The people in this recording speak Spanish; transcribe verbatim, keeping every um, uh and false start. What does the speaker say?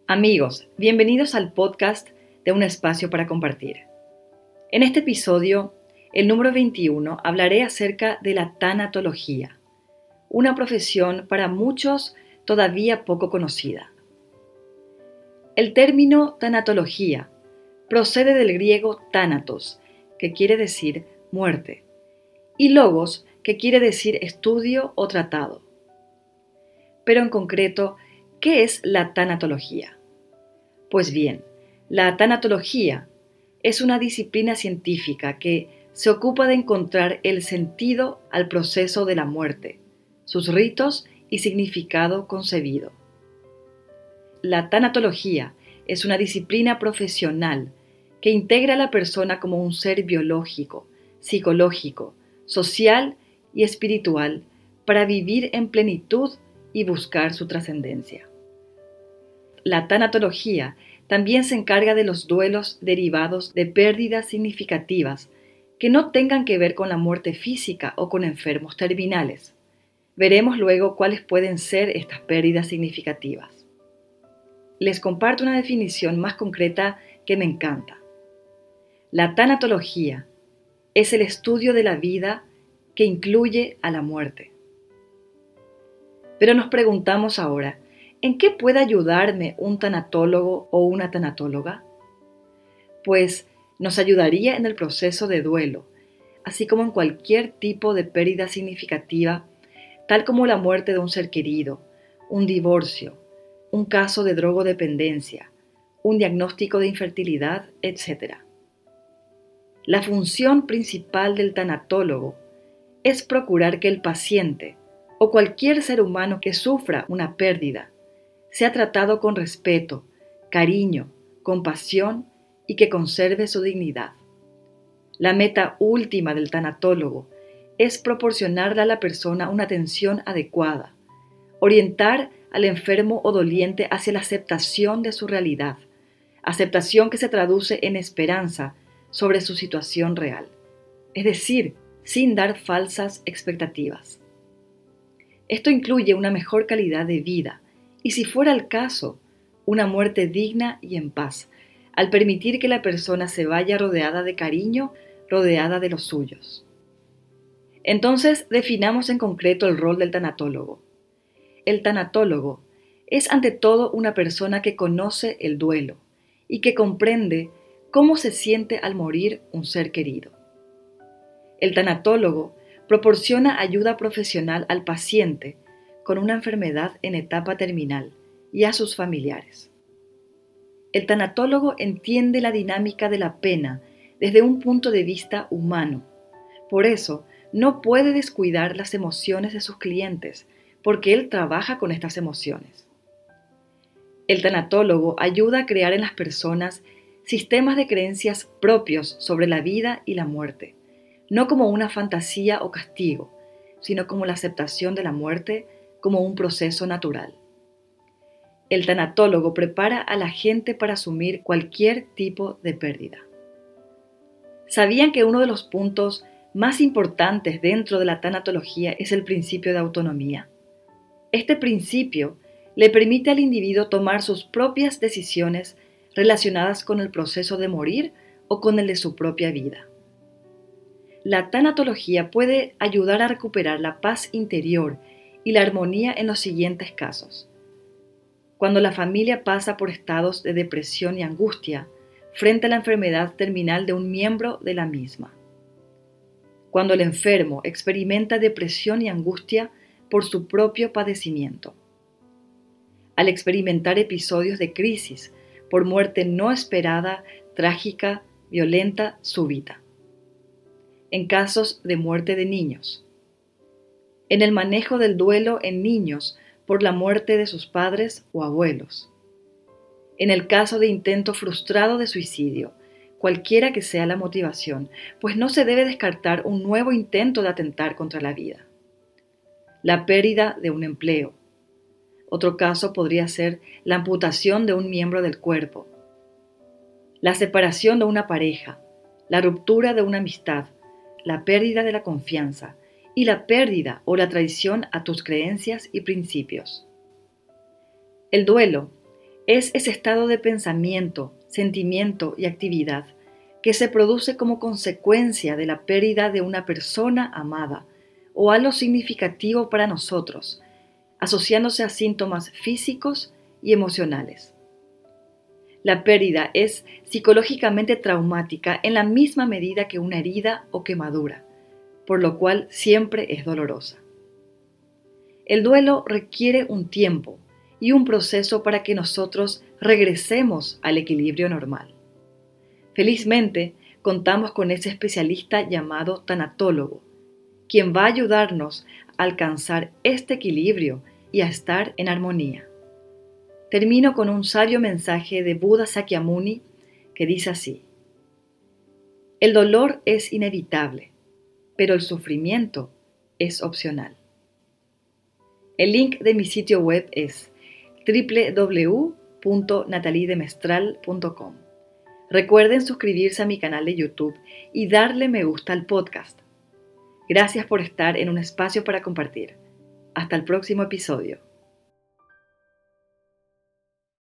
Amigos, bienvenidos al podcast de Un Espacio para Compartir. En este episodio, el número veintiuno, hablaré acerca de la tanatología, una profesión para muchos todavía poco conocida. El término tanatología procede del griego thanatos, que quiere decir muerte, y logos, que quiere decir estudio o tratado. Pero en concreto, ¿qué es la tanatología? Pues bien, la tanatología es una disciplina científica que se ocupa de encontrar el sentido al proceso de la muerte, sus ritos y significado concebido. La tanatología es una disciplina profesional que integra a la persona como un ser biológico, psicológico, social y espiritual para vivir en plenitud y buscar su trascendencia. La tanatología también se encarga de los duelos derivados de pérdidas significativas que no tengan que ver con la muerte física o con enfermos terminales. Veremos luego cuáles pueden ser estas pérdidas significativas. Les comparto una definición más concreta que me encanta. La tanatología es el estudio de la vida que incluye a la muerte. Pero nos preguntamos ahora, ¿en qué puede ayudarme un tanatólogo o una tanatóloga? Pues nos ayudaría en el proceso de duelo, así como en cualquier tipo de pérdida significativa, tal como la muerte de un ser querido, un divorcio, un caso de drogodependencia, un diagnóstico de infertilidad, etcétera. La función principal del tanatólogo es procurar que el paciente o cualquier ser humano que sufra una pérdida sea tratado con respeto, cariño, compasión y que conserve su dignidad. La meta última del tanatólogo es proporcionarle a la persona una atención adecuada, orientar al enfermo o doliente hacia la aceptación de su realidad, aceptación que se traduce en esperanza sobre su situación real, es decir, sin dar falsas expectativas. Esto incluye una mejor calidad de vida y, si fuera el caso, una muerte digna y en paz, al permitir que la persona se vaya rodeada de cariño, rodeada de los suyos. Entonces, definamos en concreto el rol del tanatólogo. El tanatólogo es ante todo una persona que conoce el duelo y que comprende cómo se siente al morir un ser querido. El tanatólogo proporciona ayuda profesional al paciente con una enfermedad en etapa terminal y a sus familiares. El tanatólogo entiende la dinámica de la pena desde un punto de vista humano. Por eso, no puede descuidar las emociones de sus clientes, porque él trabaja con estas emociones. El tanatólogo ayuda a crear en las personas sistemas de creencias propios sobre la vida y la muerte, no como una fantasía o castigo, sino como la aceptación de la muerte como un proceso natural. El tanatólogo prepara a la gente para asumir cualquier tipo de pérdida. ¿Sabían que uno de los puntos más importantes dentro de la tanatología es el principio de autonomía? Este principio le permite al individuo tomar sus propias decisiones relacionadas con el proceso de morir o con el de su propia vida. La tanatología puede ayudar a recuperar la paz interior y la armonía en los siguientes casos. Cuando la familia pasa por estados de depresión y angustia frente a la enfermedad terminal de un miembro de la misma. Cuando el enfermo experimenta depresión y angustia por su propio padecimiento. Al experimentar episodios de crisis por muerte no esperada, trágica, violenta, súbita. En casos de muerte de niños. En el manejo del duelo en niños por la muerte de sus padres o abuelos. En el caso de intento frustrado de suicidio, cualquiera que sea la motivación, pues no se debe descartar un nuevo intento de atentar contra la vida. La pérdida de un empleo. Otro caso podría ser la amputación de un miembro del cuerpo. La separación de una pareja, la ruptura de una amistad, la pérdida de la confianza y la pérdida o la traición a tus creencias y principios. El duelo Es ese estado de pensamiento, sentimiento y actividad que se produce como consecuencia de la pérdida de una persona amada o algo significativo para nosotros, asociándose a síntomas físicos y emocionales. La pérdida es psicológicamente traumática en la misma medida que una herida o quemadura, por lo cual siempre es dolorosa. El duelo requiere un tiempo y un proceso para que nosotros regresemos al equilibrio normal. Felizmente, contamos con ese especialista llamado tanatólogo, quien va a ayudarnos a alcanzar este equilibrio y a estar en armonía. Termino con un sabio mensaje de Buda Sakyamuni que dice así: el dolor es inevitable, pero el sufrimiento es opcional. El link de mi sitio web es doble u doble u doble u punto natalie de mestral punto com. Recuerden suscribirse a mi canal de YouTube y darle me gusta al podcast. Gracias por estar en un espacio para compartir. Hasta el próximo episodio.